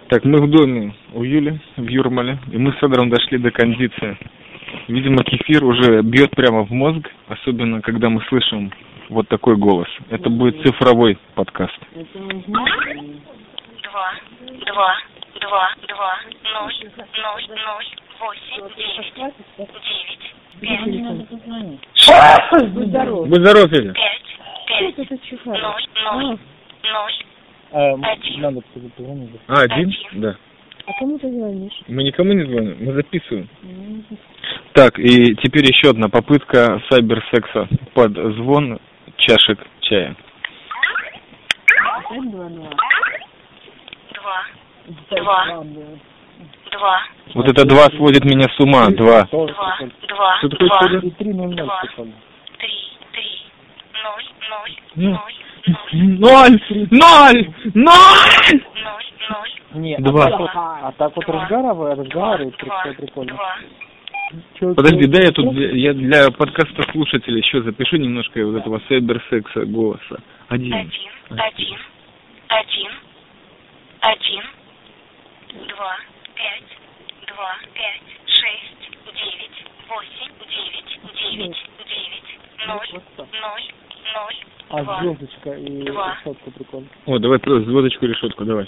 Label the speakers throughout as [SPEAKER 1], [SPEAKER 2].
[SPEAKER 1] Так, мы в доме у Юли в Юрмале, и мы с Федором дошли до кондиции. Видимо, кефир уже бьет прямо в мозг, особенно когда мы слышим вот такой голос. Это будет цифровой подкаст.
[SPEAKER 2] 2, 2, 2, 2, 0, 0, 0, 8, 9, 9, 5.
[SPEAKER 3] Будь здоров.
[SPEAKER 1] Будь здоров, Федя.
[SPEAKER 2] 5, 5, 0, 0, 0, 1.
[SPEAKER 3] Надо позвонить.
[SPEAKER 1] Один? Да.
[SPEAKER 3] А кому ты звонишь?
[SPEAKER 1] Мы никому не звоним, мы записываем. Так, и теперь еще одна попытка сайберсекса под звон чашек чая.
[SPEAKER 3] Опять 2-2.
[SPEAKER 2] 2, 2.
[SPEAKER 1] Вот это 2 сводит меня с ума. 2.
[SPEAKER 2] 2, 2,
[SPEAKER 1] Что такое,
[SPEAKER 2] 2,
[SPEAKER 1] Федя?
[SPEAKER 3] 3, 0, 0.
[SPEAKER 2] 3, 0, 0, 0,
[SPEAKER 1] 0! 0! 0!
[SPEAKER 2] 0, 0.
[SPEAKER 3] Не,
[SPEAKER 1] 2.
[SPEAKER 3] А так вот разговаривает, прикольно.
[SPEAKER 2] 2.
[SPEAKER 1] Подожди, дай я тут для подкаста слушателей еще запишу немножко вот этого сайберсекса голоса. 1.
[SPEAKER 2] 1, 1, 1, 1, 2, 5, 2, 5, 6, 9, 8, 9, 9, 9, 0, 0, 0,
[SPEAKER 3] А
[SPEAKER 2] 2.
[SPEAKER 3] звездочка и
[SPEAKER 2] 2.
[SPEAKER 3] решетка прикольно.
[SPEAKER 1] О, давай звездочку, решетку, давай.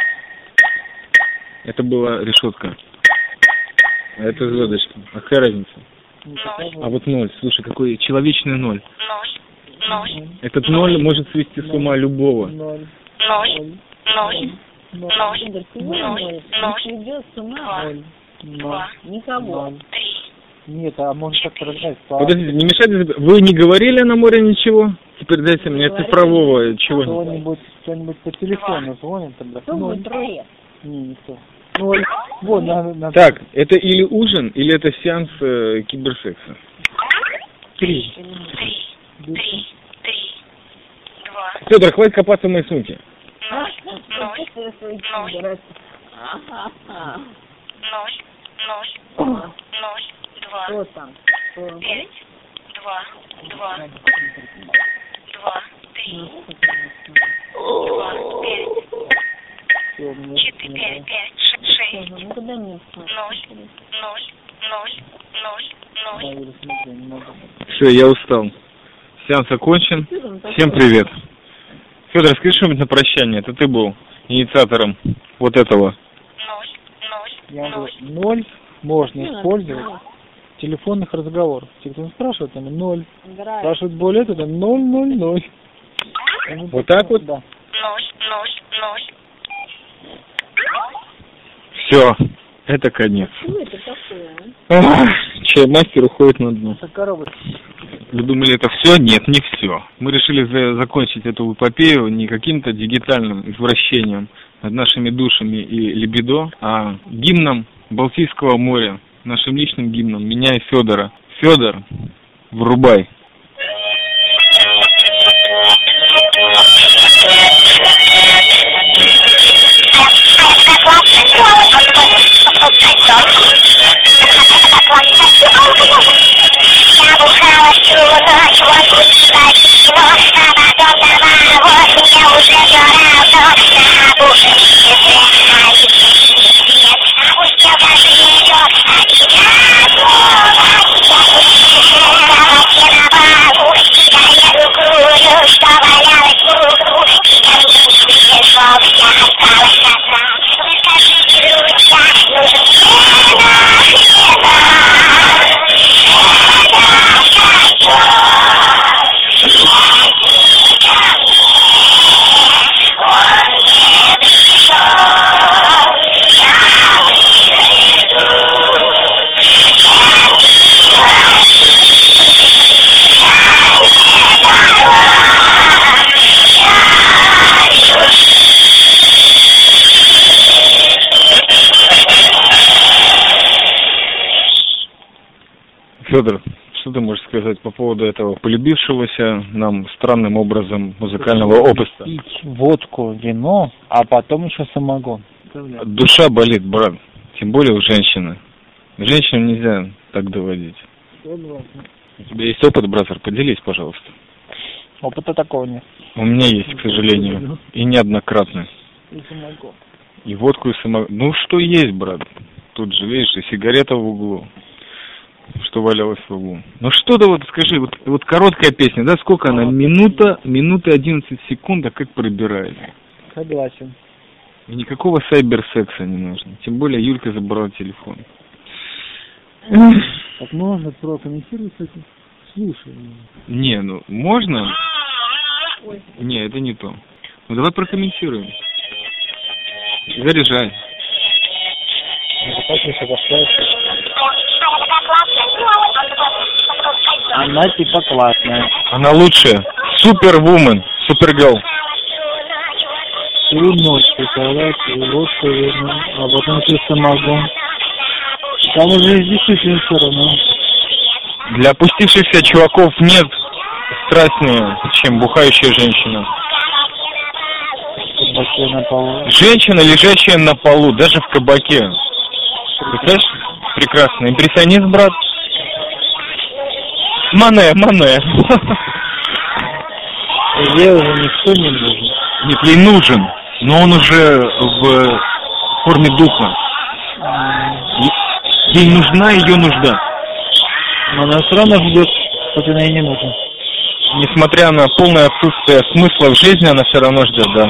[SPEAKER 1] Это была решетка. А это звездочка. А какая разница? А вот 0, слушай, какой человечный 0.
[SPEAKER 2] 0, 0,
[SPEAKER 1] Этот 0 может свести с ума любого.
[SPEAKER 3] 0,
[SPEAKER 2] 0, 0, 0, 0,
[SPEAKER 3] идет с ума.
[SPEAKER 2] 0, 2,
[SPEAKER 3] Никого.
[SPEAKER 2] 3.
[SPEAKER 3] Нет, а может как-то разгадать.
[SPEAKER 1] Подождите, не мешайте. Вы не говорили на море ничего? Теперь дайте мне цифрового чего-нибудь.
[SPEAKER 3] Кто-нибудь по телефону звонит тогда.
[SPEAKER 2] Кто будет трое?
[SPEAKER 3] Не, никто. 0. Вот, надо.
[SPEAKER 1] Так, это или ужин, или это сеанс киберсекса?
[SPEAKER 3] 3.
[SPEAKER 2] 3, 3, 2.
[SPEAKER 1] Федор, хватит копаться в моей сумке.
[SPEAKER 2] 0, 0, 0, 0, 0, 2,
[SPEAKER 3] Что там?
[SPEAKER 2] 5, 2, 2, 2, 3, 2, 5, 4, 5, 5, 6, 0, 0, 0, 0, 0.
[SPEAKER 1] Все, я устал. Сеанс окончен. Всем привет. Федор, скажи что-нибудь на прощание. Это ты был инициатором вот этого.
[SPEAKER 2] 0, 0,
[SPEAKER 3] Я
[SPEAKER 2] 0.
[SPEAKER 3] говорю, 0 можно использовать в телефонных разговорах. Те, кто спрашивает, там 0. Спрашивают более, это там 0, 0, 0.
[SPEAKER 1] Вот так вот?
[SPEAKER 3] Да.
[SPEAKER 2] 0, 0, 0.
[SPEAKER 1] Все, это конец.
[SPEAKER 3] Что это такое,
[SPEAKER 1] Чаймастер уходит на дно.
[SPEAKER 3] Это коробочка.
[SPEAKER 1] Вы думали, это все? Нет, не все. Мы решили закончить эту эпопею не каким-то дигитальным извращением над нашими душами и либидо, а гимном Балтийского моря, нашим личным гимном, меня и Федора. Федор, врубай.
[SPEAKER 4] Я бухала всю ночь, вот пустила вино, а потом домовой мне уже все равно. На бушке свет, а пусть я даже идет, а тебя снова давайте на балу, сигарету курю, что валялась в углу, и ко мне не пришел, я осталась одна. Вы скажите, друзья, нужен
[SPEAKER 1] Федор, что ты можешь сказать по поводу этого полюбившегося нам странным образом музыкального опыта?
[SPEAKER 3] Пить водку, вино, а потом еще самогон.
[SPEAKER 1] Душа болит, брат. Тем более у женщины. Женщинам нельзя так доводить. У тебя есть опыт, бразер? Поделись, пожалуйста.
[SPEAKER 3] Опыта такого нет.
[SPEAKER 1] У меня есть, к сожалению. И неоднократно.
[SPEAKER 3] И самогон.
[SPEAKER 1] И водку, и самогон. Ну, что есть, брат. Тут же, видишь, и сигарета в углу. Что валялось в углу. Ну, что-то вот, скажи, вот короткая песня, да, сколько она? Минута 11 секунд, а как пробирает?
[SPEAKER 3] Согласен.
[SPEAKER 1] И никакого сайберсекса не нужно. Тем более Юлька забрала телефон.
[SPEAKER 3] Так можно прокомментировать с этим? Слушай.
[SPEAKER 1] Не, ну, можно? Не, это не то. Ну, давай прокомментируем. Заряжай.
[SPEAKER 3] Она типа классная.
[SPEAKER 1] Она лучшая. Супервумен. Супергерл.
[SPEAKER 3] И ночь, представляете, и ложку видно, а потом еще самогон. Там уже действительно все равно.
[SPEAKER 1] Для опустившихся чуваков нет страстнее, чем бухающая женщина.
[SPEAKER 3] На полу.
[SPEAKER 1] Женщина, лежащая на полу, даже в кабаке. Представляешь? Прекрасно. Импрессионист, брат. Мане.
[SPEAKER 3] Ей уже никто не нужен.
[SPEAKER 1] Нет, ей нужен, но он уже в форме духа. Ей нужна ее нужда.
[SPEAKER 3] Но она все равно ждет, хоть она ей не нужна.
[SPEAKER 1] Несмотря на полное отсутствие смысла в жизни, она все равно ждет, да.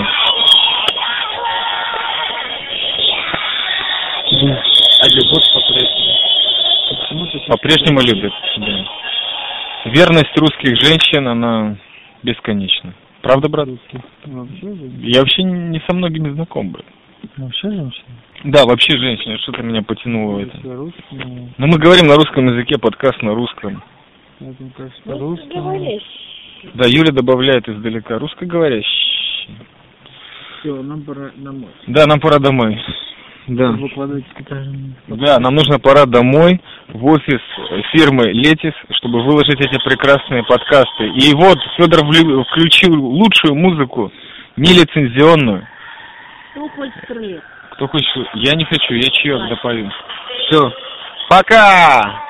[SPEAKER 3] А любовь по-прежнему.
[SPEAKER 1] По-прежнему любит. Да. Верность русских женщин, она бесконечна. Правда, брат? Я вообще не со многими знаком, брат.
[SPEAKER 3] Вообще женщина?
[SPEAKER 1] Да, вообще женщина. Что-то меня потянуло в это.
[SPEAKER 3] Русские.
[SPEAKER 1] Но мы говорим на русском языке, подкаст на русском.
[SPEAKER 3] Это, кажется, русские.
[SPEAKER 1] Да, Юля добавляет издалека. Русскоговорящий.
[SPEAKER 3] Все, нам пора домой.
[SPEAKER 1] Да, нам пора домой. Да. Да, нам нужно пора домой, в офис фирмы Летис, чтобы выложить эти прекрасные подкасты. И вот Федор включил лучшую музыку, нелицензионную.
[SPEAKER 2] Кто хочет крылья?
[SPEAKER 1] Кто хочет? Я не хочу, я чаек допою. Все. Пока!